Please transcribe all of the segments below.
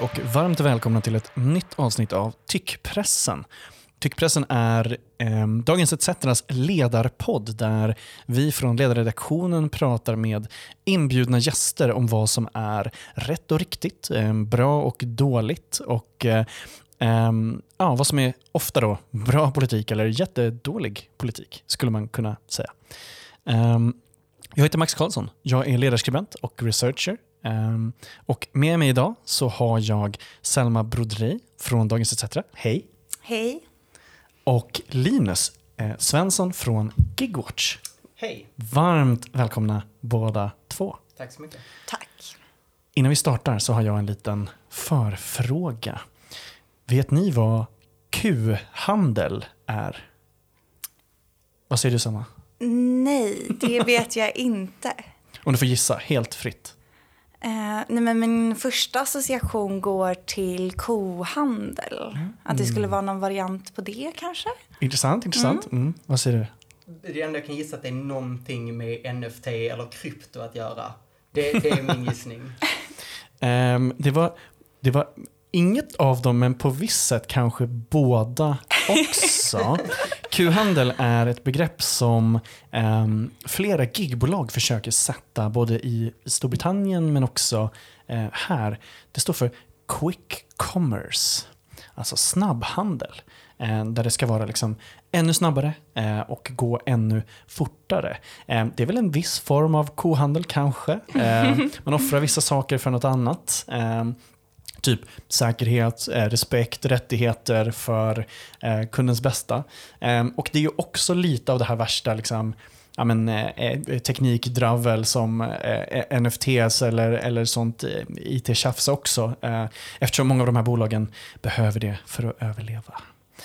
och varmt välkomna till ett nytt avsnitt av Tyckpressen. Tyckpressen är Dagens ETC:s ledarpodd där vi från ledarredaktionen pratar med inbjudna gäster om vad som är rätt och riktigt, bra och dåligt och vad som är ofta då bra politik eller jättedålig politik skulle man kunna säga. Jag heter Max Karlsson, jag är ledarskribent och researcher. Och med mig idag så har jag Selma Brodrej från Dagens ETC. Hej! Hej! Och Linus Svensson från Gigwatch. Hej! Varmt välkomna båda två. Tack så mycket. Tack. Innan vi startar så har jag en liten förfråga. Vet ni vad Q-handel är? Vad säger du, Selma? Nej, det vet jag inte. Om du får gissa, helt fritt. Nej, men min första association går till kohandel. Att det skulle vara någon variant på det kanske? Intressant. Vad säger du? Det enda jag kan gissa att det är någonting med NFT eller krypto att göra. Det är min gissning. Det var inget av dem, men på visst sätt kanske båda också. Q-handel är ett begrepp som flera gigbolag försöker sätta både i Storbritannien men också här. Det står för quick commerce, alltså snabbhandel. Där det ska vara liksom ännu snabbare och gå ännu fortare. Det är väl en viss form av kohandel kanske. Man offrar vissa saker för något annat. Typ säkerhet, respekt, rättigheter för kundens bästa. Och det är ju också lite av det här värsta liksom, teknikdravel som NFTs eller sånt IT-tjafs också. Eftersom många av de här bolagen behöver det för att överleva.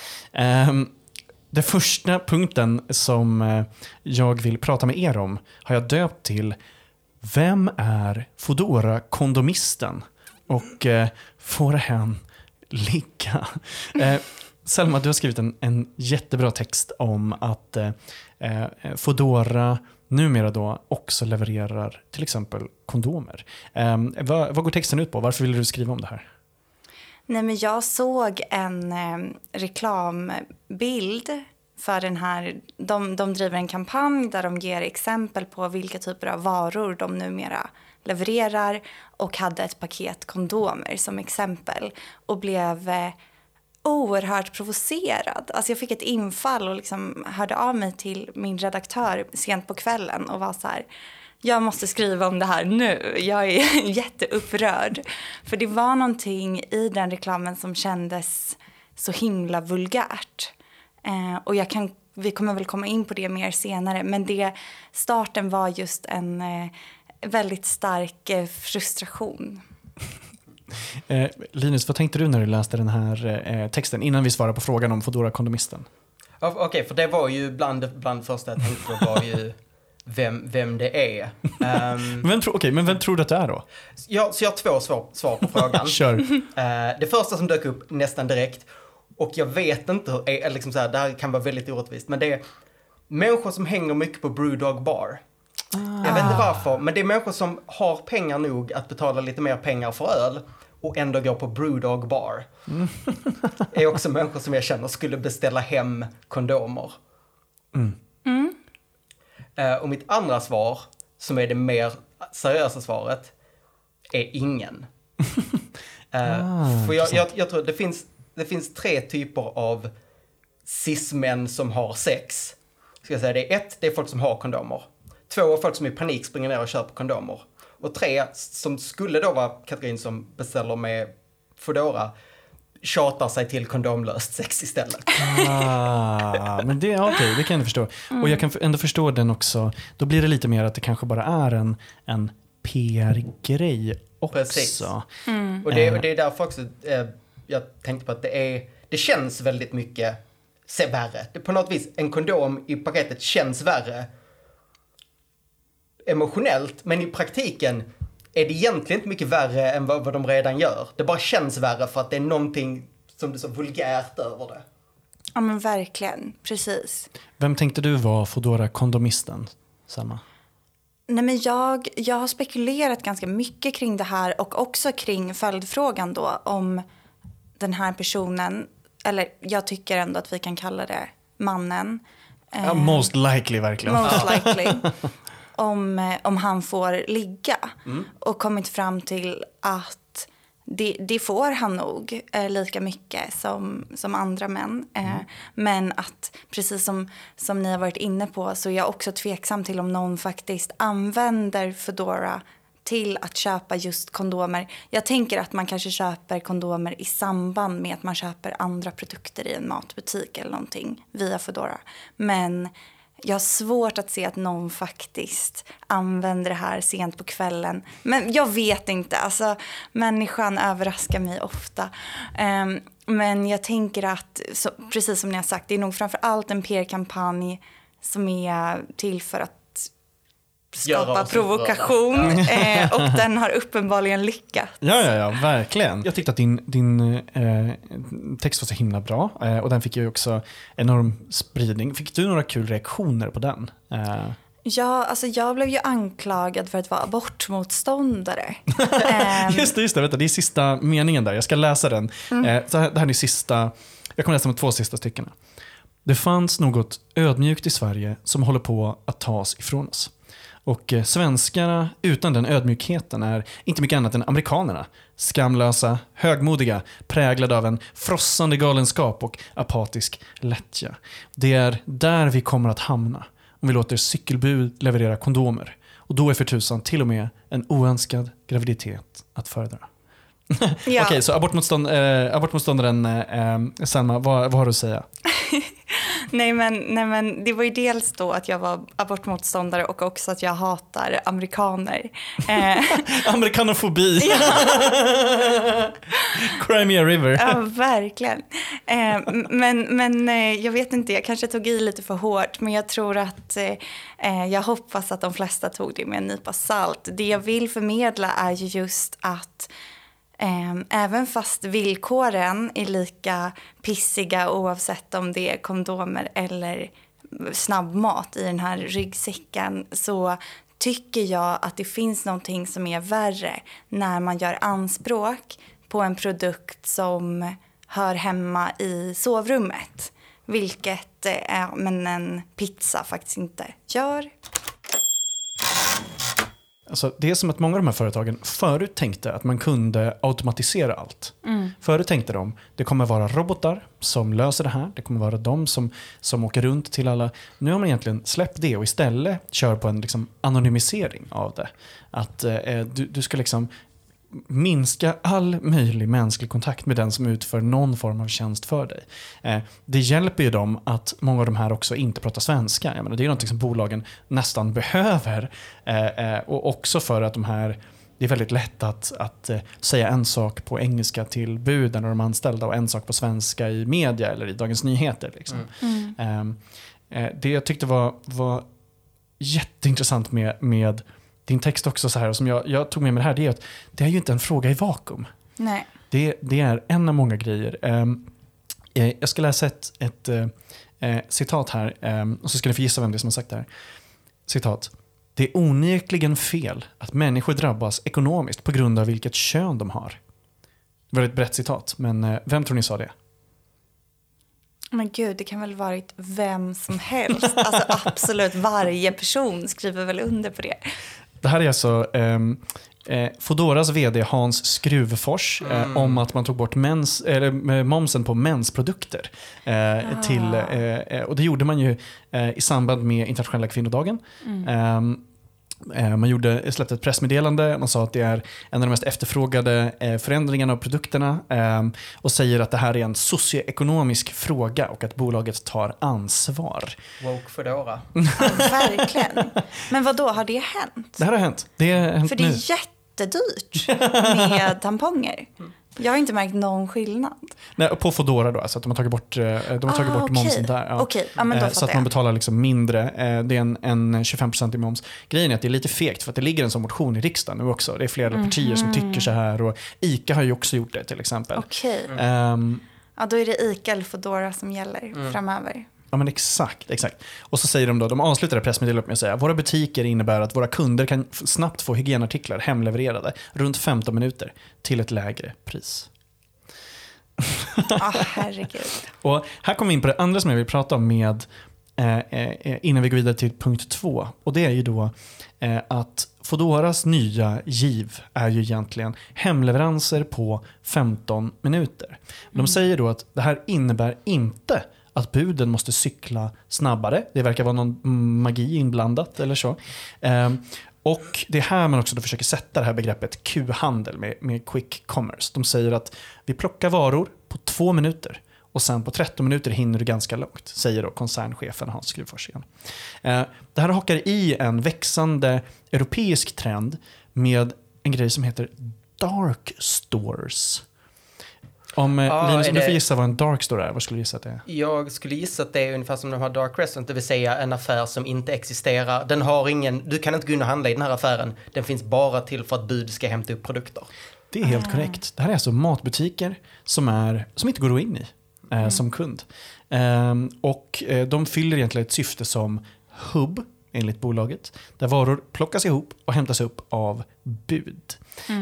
Den första punkten som jag vill prata med er om har jag döpt till: vem är Foodora-kondomisten? Och får hen ligga? Selma, du har skrivit en jättebra text om att Foodora numera då också levererar till exempel kondomer. Vad går texten ut på? Varför ville du skriva om det här? Nej, men jag såg en reklambild för den här. De driver en kampanj där de ger exempel på vilka typer av varor de numera levererar och hade ett paket kondomer som exempel och blev oerhört provocerad. Alltså jag fick ett infall och liksom hörde av mig till min redaktör sent på kvällen och var så här: jag måste skriva om det här nu. Jag är jätteupprörd. För det var någonting i den reklamen som kändes så himla vulgärt. Och vi kommer väl komma in på det mer senare. Men starten var just en väldigt stark frustration. Linus, vad tänkte du när du läste den här texten innan vi svarar på frågan om Foodora-kondomisten? Okej, för det var ju bland första jag tänkte var ju vem det är. Men vem tror du att det är då? Så jag har två svar på frågan. Kör. Det första som dök upp nästan direkt, och jag vet inte liksom så här, det här kan vara väldigt orättvist, men det är människor som hänger mycket på Brewdog Bar. Jag vet inte varför, men det är människor som har pengar nog att betala lite mer pengar för öl och ändå går på Brewdog Bar. Det är också människor som jag känner skulle beställa hem kondomer. Och mitt andra svar, som är det mer seriösa svaret, är ingen. För jag tror det finns 3 typer av cis-män som har sex. Ska jag säga, det är 1, det är folk som har kondomer. 2, folk som i panik springer ner och köper kondomer. Och 3, som skulle då vara kategorin som beställer med Foodora, tjatar sig till kondomlöst sex istället. Men det är okej, det kan jag förstå. Och jag kan ändå förstå den också. Då blir det lite mer att det kanske bara är en PR-grej också. Precis. Och det är därför också jag tänkte på att det känns väldigt mycket värre. På något vis, en kondom i paketet känns värre emotionellt, men i praktiken är det egentligen inte mycket värre än vad de redan gör. Det bara känns värre för att det är någonting som det är så vulgärt över det. Ja, men verkligen. Precis. Vem tänkte du var Foodora-kondomisten, Selma? Nej, men jag har spekulerat ganska mycket kring det här och också kring följdfrågan då om den här personen, eller jag tycker ändå att vi kan kalla det mannen. Most likely verkligen. Most likely. Om han får ligga och kommit fram till att det får han nog lika mycket som andra män. Men att precis som ni har varit inne på så är jag också tveksam till om någon faktiskt använder Foodora till att köpa just kondomer. Jag tänker att man kanske köper kondomer i samband med att man köper andra produkter i en matbutik eller någonting via Foodora. Men jag har svårt att se att någon faktiskt använder det här sent på kvällen. Men jag vet inte. Alltså, människan överraskar mig ofta. Men jag tänker att, precis som ni har sagt, det är nog framför allt en PR-kampanj som är till för att skapa provokation. Och den har uppenbarligen lyckats. Ja, verkligen. Jag tyckte att din text var så himla bra. Och den fick ju också enorm spridning. Fick du några kul reaktioner på den? Ja, alltså jag blev ju anklagad för att vara abortmotståndare. Just det. Vänta, det är sista meningen där. Jag ska läsa den. Det här är sista. Jag kommer läsa de 2 sista styckena. Det fanns något ödmjukt i Sverige som håller på att tas ifrån oss. Och svenskarna utan den ödmjukheten är inte mycket annat än amerikanerna. Skamlösa, högmodiga, präglade av en frossande galenskap och apatisk lättja. Det är där vi kommer att hamna om vi låter cykelbud leverera kondomer. Och då är för tusan till och med en oönskad graviditet att föredra. Ja. Okej, så abortmotståndaren Selma, vad har du att säga? Nej men det var ju dels då att jag var abortmotståndare och också att jag hatar amerikaner. Amerikanofobi. Crimea River. Ja, verkligen. Men jag vet inte, jag kanske tog i lite för hårt, men jag tror att jag hoppas att de flesta tog det med en nypa salt. Det jag vill förmedla är ju just att även fast villkoren är lika pissiga oavsett om det är kondomer eller snabbmat i den här ryggsäcken, så tycker jag att det finns någonting som är värre när man gör anspråk på en produkt som hör hemma i sovrummet, vilket men en pizza faktiskt inte gör. Alltså, det är som att många av de här företagen förut tänkte att man kunde automatisera allt. Förut tänkte de, det kommer vara robotar som löser det här. Det kommer vara de som åker runt till alla. Nu har man egentligen släppt det och istället kör på en liksom anonymisering av det. Att du ska liksom minska all möjlig mänsklig kontakt med den som utför någon form av tjänst för dig. Det hjälper ju dem att många av de här också inte pratar svenska. Jag menar, det är något som bolagen nästan behöver. Och också för att de här, det är väldigt lätt att säga en sak på engelska till buden och de anställda och en sak på svenska i media eller i Dagens Nyheter. Liksom. Det jag tyckte var jätteintressant med din text också så här, som jag tog med mig det här, det är att det är ju inte en fråga i vakuum. Nej. Det är en av många grejer. Jag ska läsa ett citat här och så ska ni få gissa vem det är som har sagt det här. Citat. Det är onekligen fel att människor drabbas ekonomiskt på grund av vilket kön de har. Det var ett brett citat, men vem tror ni sa det? Men gud, det kan väl varit vem som helst. Alltså absolut varje person skriver väl under på det. Det här är alltså Foodoras vd Hans Skruvfors om att man tog bort momsen på mensprodukter. Och det gjorde man ju i samband med internationella kvinnodagen. Man släppte ett pressmeddelande. Man sa att det är en av de mest efterfrågade förändringarna av produkterna och säger att det här är en socioekonomisk fråga och att bolaget tar ansvar. Woke Foodora. Ja, verkligen. Men vad då har det hänt? Det här har hänt. Det har hänt. För det är jättedyrt med tamponger. Jag har inte märkt någon skillnad. Nej, på Foodora då, så att de har tagit bort momsen där. Ja. Okej, ja, men då så att man betalar liksom mindre. Det är en 25% i moms. Grejen är att det är lite fegt för att det ligger en sån motion i riksdagen nu också. Det är flera partier som tycker så här och ICA har ju också gjort det till exempel. Okej. Ja, då är det ICA eller Foodora som gäller framöver. Ja, men exakt. Och så säger de avslutar det pressmeddelandet med att säga: våra butiker innebär att våra kunder kan snabbt få hygienartiklar hemlevererade runt 15 minuter till ett lägre pris. Herregud. Och här kommer vi in på det andra som jag vill prata om med innan vi går vidare till punkt 2. Och det är ju då att Foodoras nya giv är ju egentligen hemleveranser på 15 minuter. De säger då att det här innebär inte att buden måste cykla snabbare. Det verkar vara någon magi inblandat eller så. Och det är här man också då försöker sätta det här begreppet Q-handel med quick commerce. De säger att vi plockar varor på 2 minuter och sen på 13 minuter hinner du ganska långt, säger då koncernchefen Hans Skruvfors igen. Det här hakar i en växande europeisk trend med en grej som heter dark stores. Linus, om du får gissa vad en dark store är, vad skulle du gissa att det är? Jag skulle gissa att det är ungefär som de har dark restaurant, det vill säga en affär som inte existerar. Den har du kan inte gå in och handla i den här affären. Den finns bara till för att bud ska hämta upp produkter. Det är helt korrekt. Det här är alltså matbutiker som inte går in i som kund. Och de fyller egentligen ett syfte som hub, enligt bolaget, där varor plockas ihop och hämtas upp av bud.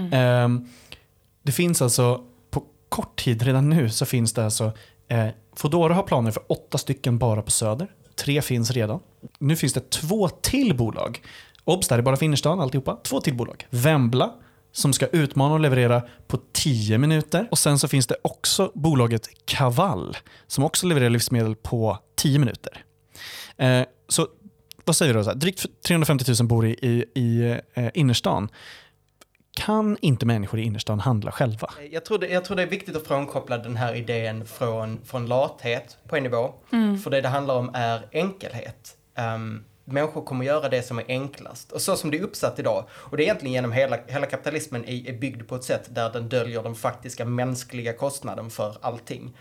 Det finns alltså på kort tid, redan nu så finns det alltså Foodora har planer för 8 stycken bara på Söder. 3 finns redan. Nu finns det 2 till bolag. Obs, där är bara för innerstan alltihopa. 2 till bolag. Vembla, som ska utmana och leverera på 10 minuter. Och sen så finns det också bolaget Kaval, som också levererar livsmedel på 10 minuter. Så vad säger du då? Drygt 350 000 bor i innerstan. Kan inte människor i innerstan handla själva? Jag tror det är viktigt att frånkoppla den här idén från lathet på en nivå. För det handlar om är enkelhet. Människor kommer göra det som är enklast. Och så som det är uppsatt idag. Och det är egentligen genom hela kapitalismen är byggd på ett sätt där den döljer den faktiska mänskliga kostnaden för allting.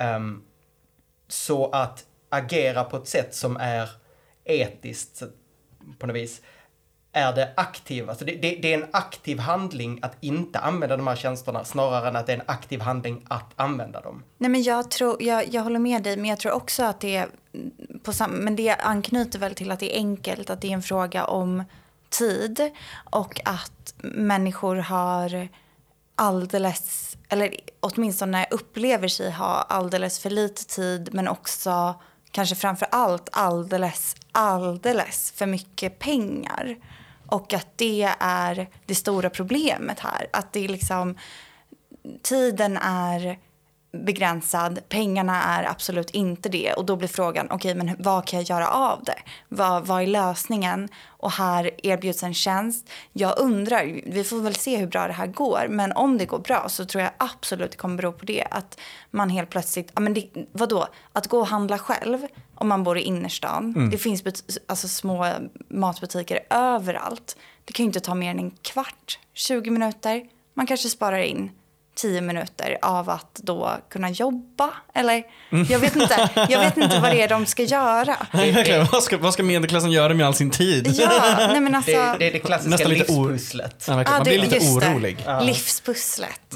Så att agera på ett sätt som är etiskt på något vis är det aktiva. Alltså det är en aktiv handling att inte använda de här tjänsterna snarare än att det är en aktiv handling att använda dem. Nej, men jag håller med dig, men jag tror också att det är men det anknyter väl till att det är enkelt, att det är en fråga om tid och att människor har alldeles, eller åtminstone upplever sig ha alldeles för lite tid, men också kanske framför allt alldeles för mycket pengar. Och att det är det stora problemet här. Att det är liksom, tiden är begränsad, pengarna är absolut inte det. Och då blir frågan, okej, men vad kan jag göra av det? Vad är lösningen? Och här erbjuds en tjänst. Jag undrar, vi får väl se hur bra det här går. Men om det går bra så tror jag absolut det kommer bero på det. Att man helt plötsligt, vadå? Att gå och handla själv om man bor i innerstan. Det finns alltså små matbutiker överallt. Det kan ju inte ta mer än en kvart, 20 minuter. Man kanske sparar in 10 minuter av att då kunna jobba. Eller, jag vet inte vad det är de ska göra. Vad ska medelklassen göra med all sin tid? Ja, nej men alltså, det är det klassiska livspusslet. Man blir lite orolig. Livspusslet.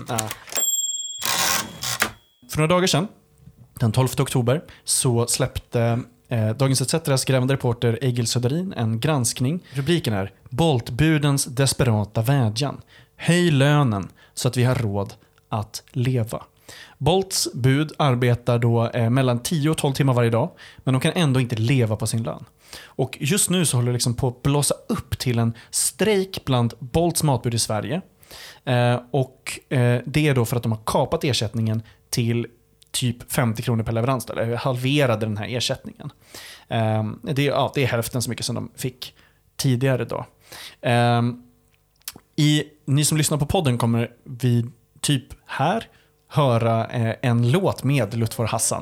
För några dagar sedan, den 12 oktober, så släppte Dagens ETC:s grävande reporter Egil Söderin en granskning. Rubriken är Boltbudens desperata vädjan. Höj lönen så att vi har råd att leva. Bolts bud arbetar då mellan 10 och 12 timmar varje dag, men de kan ändå inte leva på sin lön. Och just nu så håller det liksom på att blåsa upp till en strejk bland Bolts matbud i Sverige. Och det är då för att de har kapat ersättningen till typ 50 kronor per leverans, eller halverade den här ersättningen. Det är hälften så mycket som de fick tidigare då. Ni som lyssnar på podden kommer vi typ här höra en låt med Lutfar Hassan.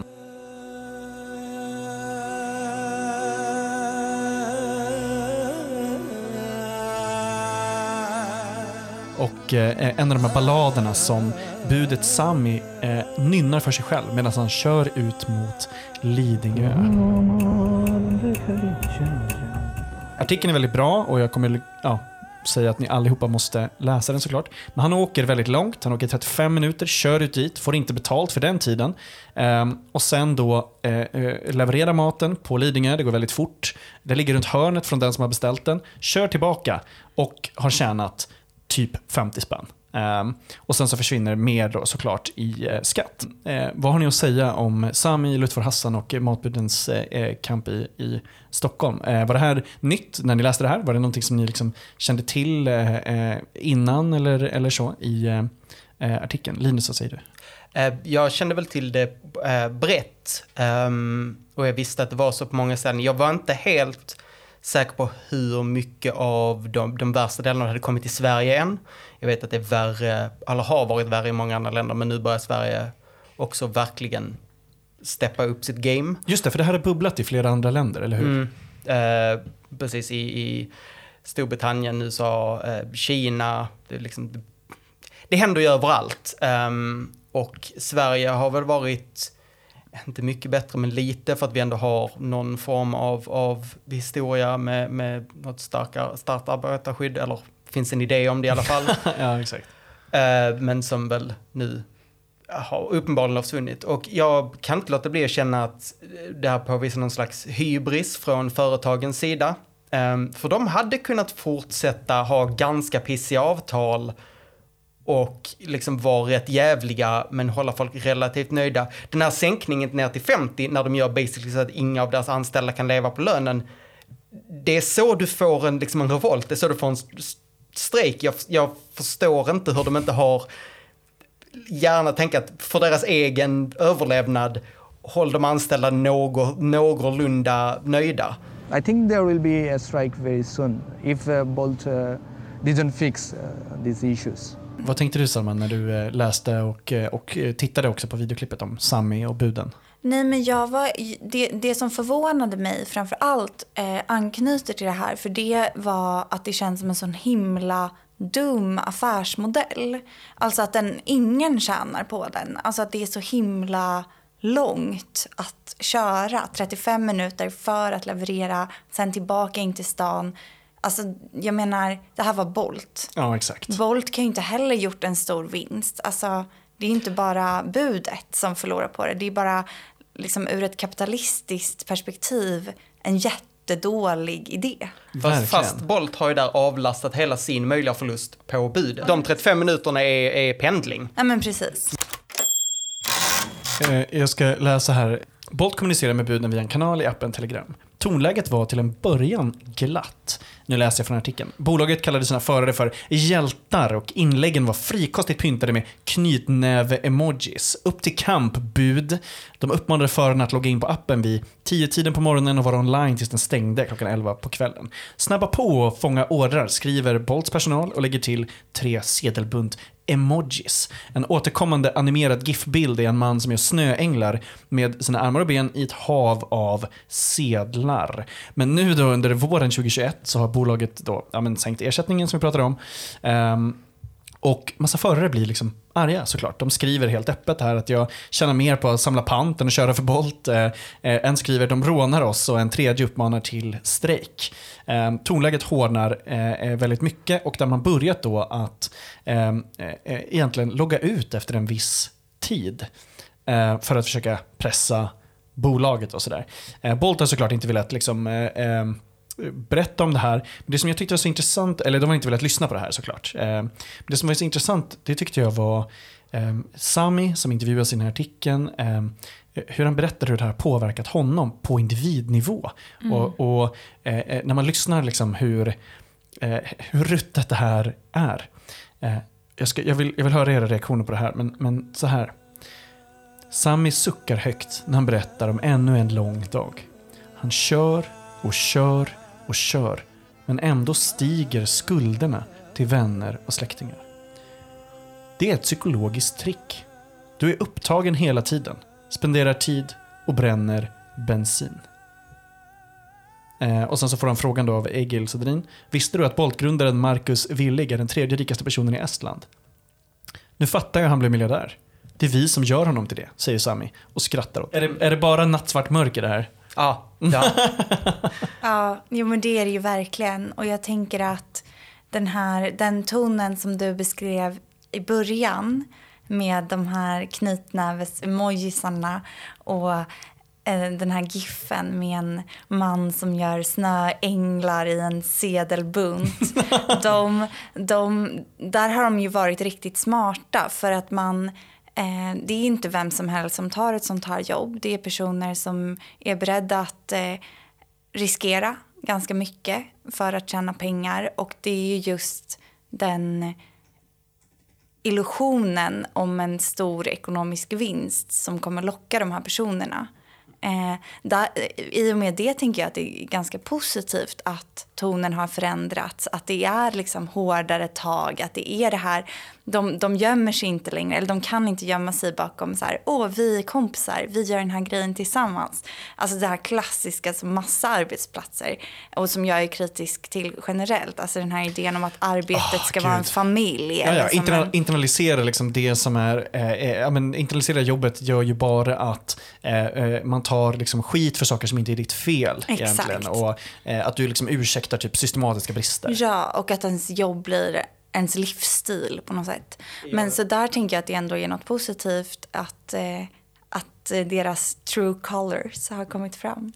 Och en av de här balladerna som budet Sami nynnar för sig själv medan han kör ut mot Lidingö. Artikeln är väldigt bra och jag kommer säga att ni allihopa måste läsa den såklart. Men han åker väldigt långt, han åker 35 minuter, kör ut dit, får inte betalt för den tiden. Och sen då levererar maten på Lidingö, det går väldigt fort. Det ligger runt hörnet från den som har beställt den. Kör tillbaka och har tjänat typ 50 spänn. Och sen så försvinner mer då såklart i skatt. Vad har ni att säga om Sami, Lutfar Hassan och matbudens kamp i Stockholm? Var det här nytt när ni läste det här? Var det någonting som ni liksom kände till innan eller så i artikeln? Linus, vad säger du? Jag kände väl till det brett och jag visste att det var så på många ställen. Jag var inte helt säker på hur mycket av de värsta delarna hade kommit till Sverige än. Jag vet att det är värre, eller har varit värre i många andra länder, men nu börjar Sverige också verkligen steppa upp sitt game. Just det, för det här har bubblat i flera andra länder, eller hur? Precis, i Storbritannien, USA, Kina. Det händer ju överallt. Och Sverige har väl varit inte mycket bättre, men lite, för att vi ändå har någon form av historia med något starkt arbetarskydd, eller finns en idé om det i alla fall. Ja, exakt. Men som väl nu har uppenbarligen försvunnit. Och jag kan inte låta bli att känna att det här påvisar någon slags hybris från företagens sida. För de hade kunnat fortsätta ha ganska pissiga avtal och liksom vara rätt jävliga men hålla folk relativt nöjda. Den här sänkningen ner till 50 när de gör basically så att inga av deras anställda kan leva på lönen. Det är så du får en revolt. Det är så du får en strejk. Jag förstår inte hur de inte har gärna tänkt att för deras egen överlevnad håll de anställda någorlunda nöjda. I think there will be a strike very soon if Bolt didn't fix these issues. Vad tänkte du, Salman, när du läste och tittade också på videoklippet om Sami och buden? Nej, men det som förvånade mig framför allt anknyter till det här, för det var att det känns som en sån himla dum affärsmodell. Alltså att ingen tjänar på den. Alltså att det är så himla långt att köra 35 minuter för att leverera, sen tillbaka in till stan. Alltså, jag menar, det här var Bolt. Ja, exakt. Bolt kan ju inte heller gjort en stor vinst. Alltså, det är inte bara budet som förlorar på det. Det är bara liksom, ur ett kapitalistiskt perspektiv en jättedålig idé. Fast Bolt har ju där avlastat hela sin möjliga förlust på budet. De 35 minuterna är pendling. Ja, men precis. Jag ska läsa här. Bolt kommunicerar med buden via en kanal i appen Telegram. Tonläget var till en början glatt. Nu läser jag från artikeln. Bolaget kallade sina förare för hjältar och inläggen var frikostigt pyntade med knytnäve-emojis. Upp till kamp, bud. De uppmanade förarna att logga in på appen vid 10-tiden på morgonen och vara online tills den stängde klockan 11 på kvällen. Snabba på och fånga ordrar, skriver Bolts personal och lägger till 3 sedelbunt emojis. En återkommande animerad GIF-bild är en man som gör snöänglar med sina armar och ben i ett hav av sedlar. Men nu då under våren 2021 så har bolaget då sänkt ersättningen som vi pratade om. Och massa förare blir liksom arga såklart. De skriver helt öppet här att jag tjänar mer på att samla pant än att köra för Bolt. En skriver de rånar oss och en tredje uppmanar till strejk. Tonläget hårdnar väldigt mycket och där man börjat då att egentligen logga ut efter en viss tid för att försöka pressa bolaget och sådär. Bolt har såklart inte velat liksom berätta om det här. Men det som jag tyckte var så intressant, eller de har inte velat lyssna på det här såklart. Det som var så intressant, det tyckte jag var Sami som intervjuas i den här artikeln, hur han berättade hur det här påverkat honom på individnivå. Och när man lyssnar liksom hur ruttet det här är. Jag vill höra era reaktioner på det här, men så här. Sami suckar högt när han berättar om ännu en lång dag. Han kör och kör och kör, men ändå stiger skulderna till vänner och släktingar. Det är ett psykologiskt trick. Du är upptagen hela tiden, spenderar tid och bränner bensin. Och sen så får han frågan då av Egil Söderin. Visste du att Bolt-grundaren Marcus Willig är den 3:e rikaste personen i Estland? Nu fattar jag han blev miljardär. Det är vi som gör honom till det, säger Sami och skrattar åt. Är det bara nattsvart mörker det här? Ja. Ja, men det är det ju verkligen. Och jag tänker att den tonen som du beskrev i början med de här knytnäves-emojisarna och den här giffen med en man som gör snöänglar i en sedelbunt. Där har de ju varit riktigt smarta, för att det är inte vem som helst som tar ett sånt här jobb. Det är personer som är beredda att riskera ganska mycket för att tjäna pengar, och det är ju just den illusionen om en stor ekonomisk vinst som kommer locka de här personerna. I och med det tänker jag att det är ganska positivt att tonen har förändrats, att det är liksom hårdare tag, att det är det här, de gömmer sig inte längre, eller de kan inte gömma sig bakom så här, vi är kompisar, vi gör den här grejen tillsammans. Alltså det här klassiska som massa arbetsplatser, och som jag är kritisk till generellt, alltså den här idén om att arbetet ska vara en familj. Internalisera liksom det som är, internalisera jobbet gör ju bara att man tar liksom skit för saker som inte är ditt fel. Exakt. Egentligen, och att du liksom ursäktar typ systematiska brister. Ja, och att ens jobb blir ens livsstil på något sätt. Men så där tänker jag att det ändå är något positivt att deras true colors har kommit fram.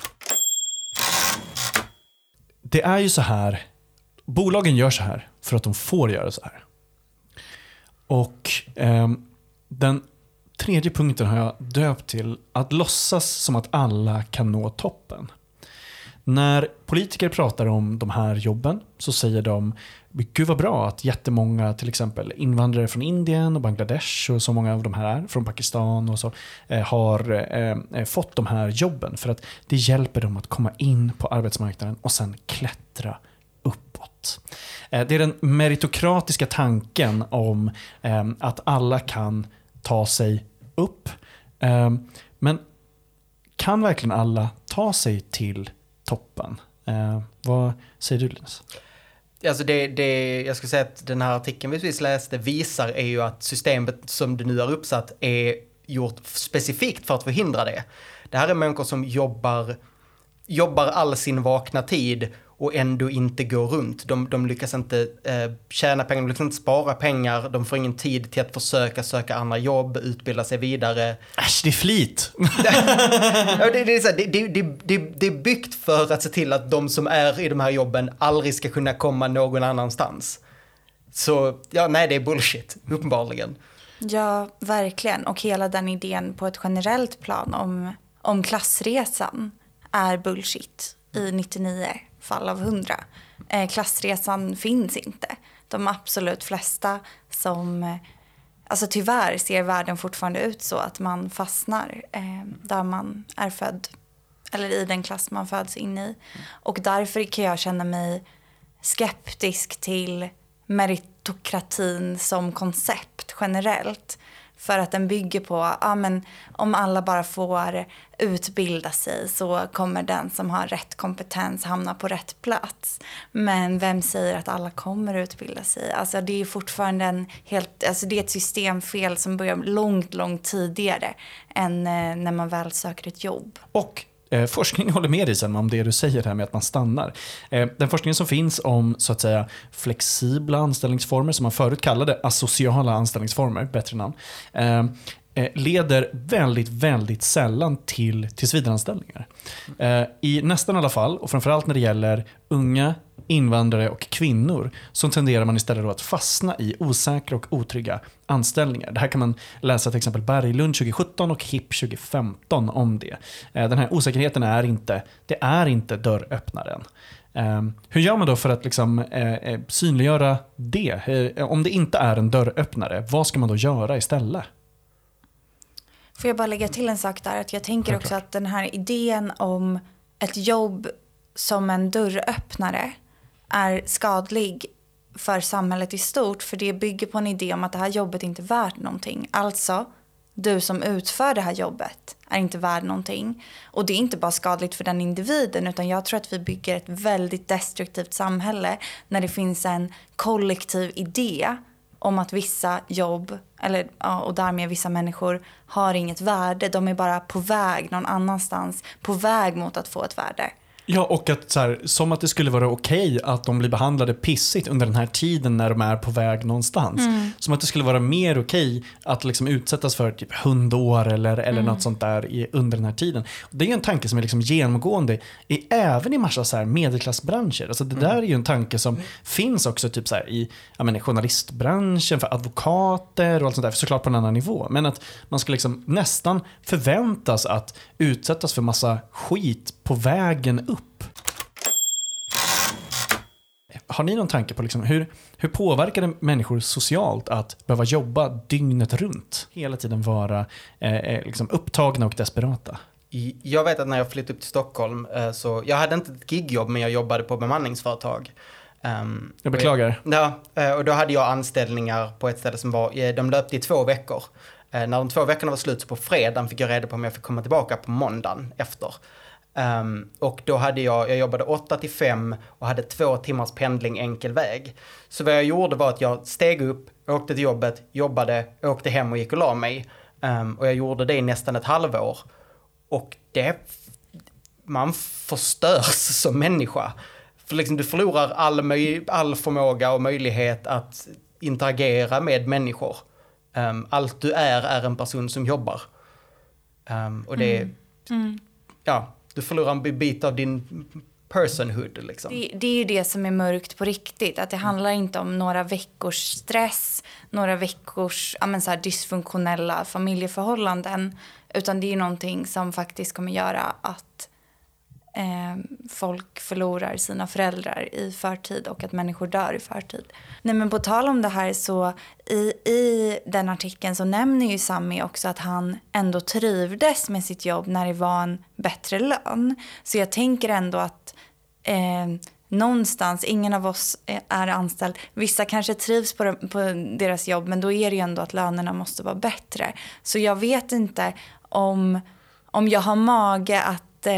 Det är ju så här, bolagen gör så här för att de får göra så här. Och den tredje punkten har jag döpt till att låtsas som att alla kan nå toppen. När politiker pratar om de här jobben så säger de, gud vad bra att jättemånga till exempel invandrare från Indien och Bangladesh och så många av de här från Pakistan och så har fått de här jobben, för att det hjälper dem att komma in på arbetsmarknaden och sen klättra uppåt. Det är den meritokratiska tanken om att alla kan ta sig upp. Men kan verkligen alla ta sig till toppen? Vad säger du, Linus? Alltså jag skulle säga att den här artikeln vi precis läste visar är ju att systemet som det nu är uppsatt är gjort specifikt för att förhindra det. Det här är människor som jobbar all sin vakna tid och ändå inte går runt. De lyckas inte tjäna pengar, de lyckas inte spara pengar, de får ingen tid till att försöka söka andra jobb, utbilda sig vidare. Äsch, det är flit! Det är byggt för att se till att de som är i de här jobben aldrig ska kunna komma någon annanstans. Så, ja, nej, det är bullshit, uppenbarligen. Ja, verkligen. Och hela den idén på ett generellt plan om klassresan är bullshit i 99 fall av 100. Klassresan finns inte. De absolut flesta som, alltså tyvärr ser världen fortfarande ut så att man fastnar där man är född, eller i den klass man föds in i. Och därför kan jag känna mig skeptisk till meritokratin som koncept generellt. För att den bygger på, om alla bara får utbilda sig så kommer den som har rätt kompetens hamna på rätt plats. Men vem säger att alla kommer utbilda sig? Alltså det är fortfarande det är ett systemfel som börjar långt tidigare än när man väl söker ett jobb. Och forskning håller med dig sen om det du säger här med att man stannar. Den forskningen som finns om så att säga flexibla anställningsformer, som man förut kallade asociala anställningsformer, bättre namn, leder väldigt sällan till tillsvidareanställningar. I nästan alla fall, och framförallt när det gäller unga, invandrare och kvinnor, så tenderar man istället då att fastna i osäkra och otrygga anställningar. Det här kan man läsa till exempel Berglund 2017 och HIP 2015 om det. Den här osäkerheten är inte dörröppnaren. Hur gör man då för att liksom, synliggöra det? Om det inte är en dörröppnare, vad ska man då göra istället? Får jag bara lägga till en sak där? Att jag tänker också att den här idén om ett jobb som en dörröppnare är skadlig för samhället i stort. För det bygger på en idé om att det här jobbet inte är värt någonting. Alltså, du som utför det här jobbet är inte värd någonting. Och det är inte bara skadligt för den individen, utan jag tror att vi bygger ett väldigt destruktivt samhälle när det finns en kollektiv idé om att vissa jobb, och därmed vissa människor, har inget värde. De är bara på väg någon annanstans, på väg mot att få ett värde. Ja, och att så här, som att det skulle vara okej att de blir behandlade pissigt under den här tiden när de är på väg någonstans. Som att det skulle vara mer okej att liksom utsättas för typ hundår eller något sånt där under den här tiden. Och det är ju en tanke som är liksom genomgående även i massa så här medelklassbranscher. Alltså det där är ju en tanke som finns också typ så här i journalistbranschen, för advokater och allt sånt där, för såklart på en annan nivå. Men att man ska liksom nästan förväntas att utsättas för massa skit på vägen upp. Har ni någon tanke på liksom hur påverkar det människor socialt att behöva jobba dygnet runt? Hela tiden vara liksom upptagna och desperata? Jag vet att när jag flyttade upp till Stockholm så jag hade inte ett gigjobb, men jag jobbade på bemanningsföretag. Jag beklagar. Och då hade jag anställningar på ett ställe som de löpte i 2 veckor. När de 2 veckorna var slut så på fredagen fick jag reda på om jag fick komma tillbaka på måndagen efter. Och då hade jag jobbade 8-5 och hade 2 timmars pendling enkel väg. Så vad jag gjorde var att jag steg upp, åkte till jobbet, jobbade, åkte hem och gick och la mig. Och jag gjorde det i nästan ett halvår. Och man förstörs som människa. För liksom du förlorar all förmåga och möjlighet att interagera med människor. Allt du är en person som jobbar. Och det ja, du förlorar en bit av din personhood liksom. Det är ju det som är mörkt på riktigt. Att det handlar inte om några veckors stress, några veckors så här dysfunktionella familjeförhållanden. Utan det är ju någonting som faktiskt kommer göra att folk förlorar sina föräldrar i förtid och att människor dör i förtid. Nej, men på tal om det här så i den artikeln så nämner ju Sami också att han ändå trivdes med sitt jobb när det var en bättre lön. Så jag tänker ändå att någonstans, ingen av oss är anställd. Vissa kanske trivs på deras jobb, men då är det ju ändå att lönerna måste vara bättre. Så jag vet inte om jag har mage att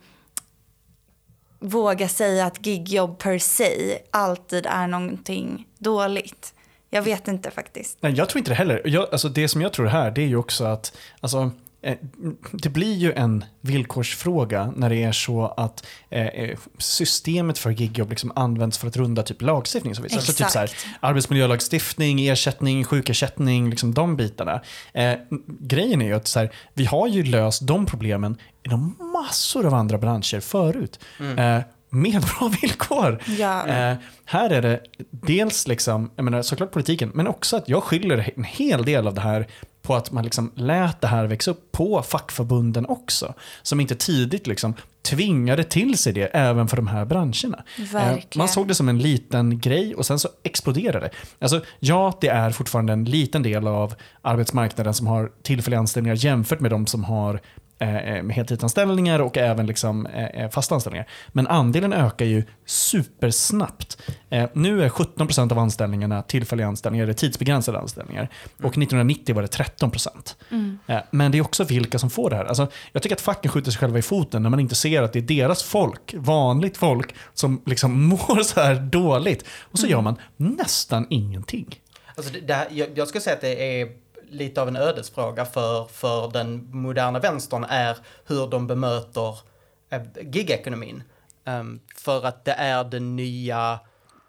våga säga att gigjobb per se alltid är någonting dåligt. Jag vet inte faktiskt. Nej, jag tror inte det heller. Alltså det som jag tror här, det är ju också att det blir ju en villkorsfråga när det är så att systemet för gigjobb liksom används för att runda typ lagstiftning. Så alltså typ så här, arbetsmiljölagstiftning, ersättning, sjukersättning, liksom de bitarna. Grejen är ju att så här, vi har ju löst de problemen inom massor av andra branscher förut. Med bra villkor. Ja. Här är det dels liksom, jag menar, såklart politiken, men också att jag skyller en hel del av det här på att man liksom lät det här växa upp på fackförbunden också, som inte tidigt liksom tvingade till sig det även för de här branscherna. Man såg det som en liten grej och sen så exploderade det. Alltså, ja, det är fortfarande en liten del av arbetsmarknaden som har tillfälliga anställningar jämfört med de som har heltidsanställningar och även liksom fasta anställningar. Men andelen ökar ju supersnabbt. Nu är 17% av anställningarna tillfälliga anställningar eller tidsbegränsade anställningar. Och 1990 var det 13%. Men det är också vilka som får det här. Alltså, jag tycker att facken skjuter sig själva i foten när man inte ser att det är deras folk, vanligt folk, som liksom mår så här dåligt. Och så gör man nästan ingenting. Alltså jag skulle säga att det är lite av en ödesfråga för den moderna vänstern är hur de bemöter gigekonomin. För att det är den nya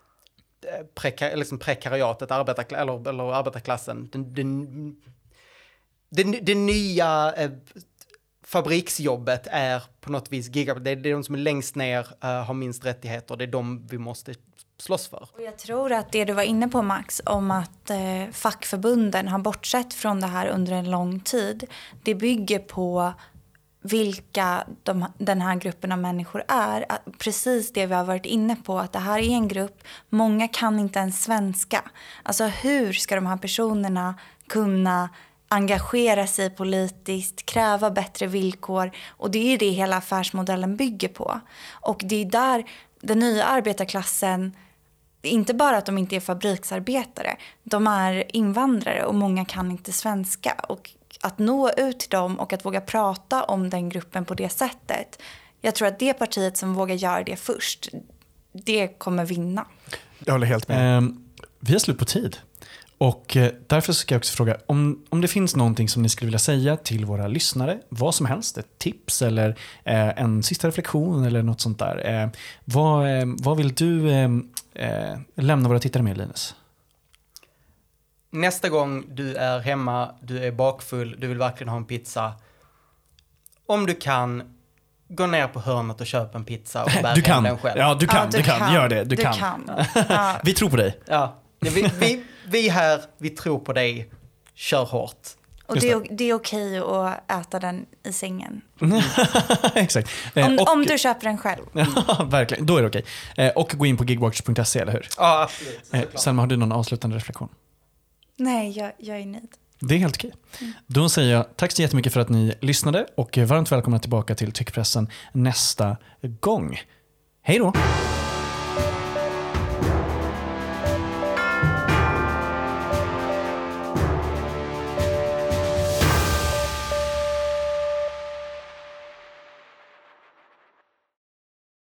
prekariatet, eller arbetarklassen. Det nya fabriksjobbet är på något vis gigarbete. Det är de som är längst ner, har minst rättigheter. Det är de vi måste slåss för. Och jag tror att det du var inne på, Max, om att fackförbunden har bortsett från det här under en lång tid, det bygger på vilka den här gruppen av människor är. Precis det vi har varit inne på, att det här är en grupp, många kan inte ens svenska. Alltså hur ska de här personerna kunna engagera sig politiskt, kräva bättre villkor? Och det är det hela affärsmodellen bygger på. Och det är där den nya arbetarklassen, inte bara att de inte är fabriksarbetare, de är invandrare och många kan inte svenska. Och att nå ut till dem och att våga prata om den gruppen på det sättet, jag tror att det partiet som vågar göra det först, det kommer vinna. Jag håller helt med. Vi har slut på tid. Och därför ska jag också fråga om det finns någonting som ni skulle vilja säga till våra lyssnare, vad som helst, ett tips eller en sista reflektion eller något sånt där. Vad vill du lämna våra tittare med, Linus? Nästa gång du är hemma, du är bakfull, du vill verkligen ha en pizza. Om du kan, gå ner på hörnet och köp en pizza och bär hem den själv. Ja, du kan. Gör det. Du kan. Ja. Vi tror på dig. Ja, vi här, vi tror på dig. Kör hårt. Och det är okej att äta den i sängen. Exakt. Om du köper den själv. Ja, verkligen. Då är det okej. Och gå in på gigwatch.se, eller hur? Ja, absolut. Selma, har du någon avslutande reflektion? Nej, jag är nöjd. Det är helt okej. Då säger jag tack så jättemycket för att ni lyssnade och varmt välkomna tillbaka till Tyckpressen nästa gång. Hej då!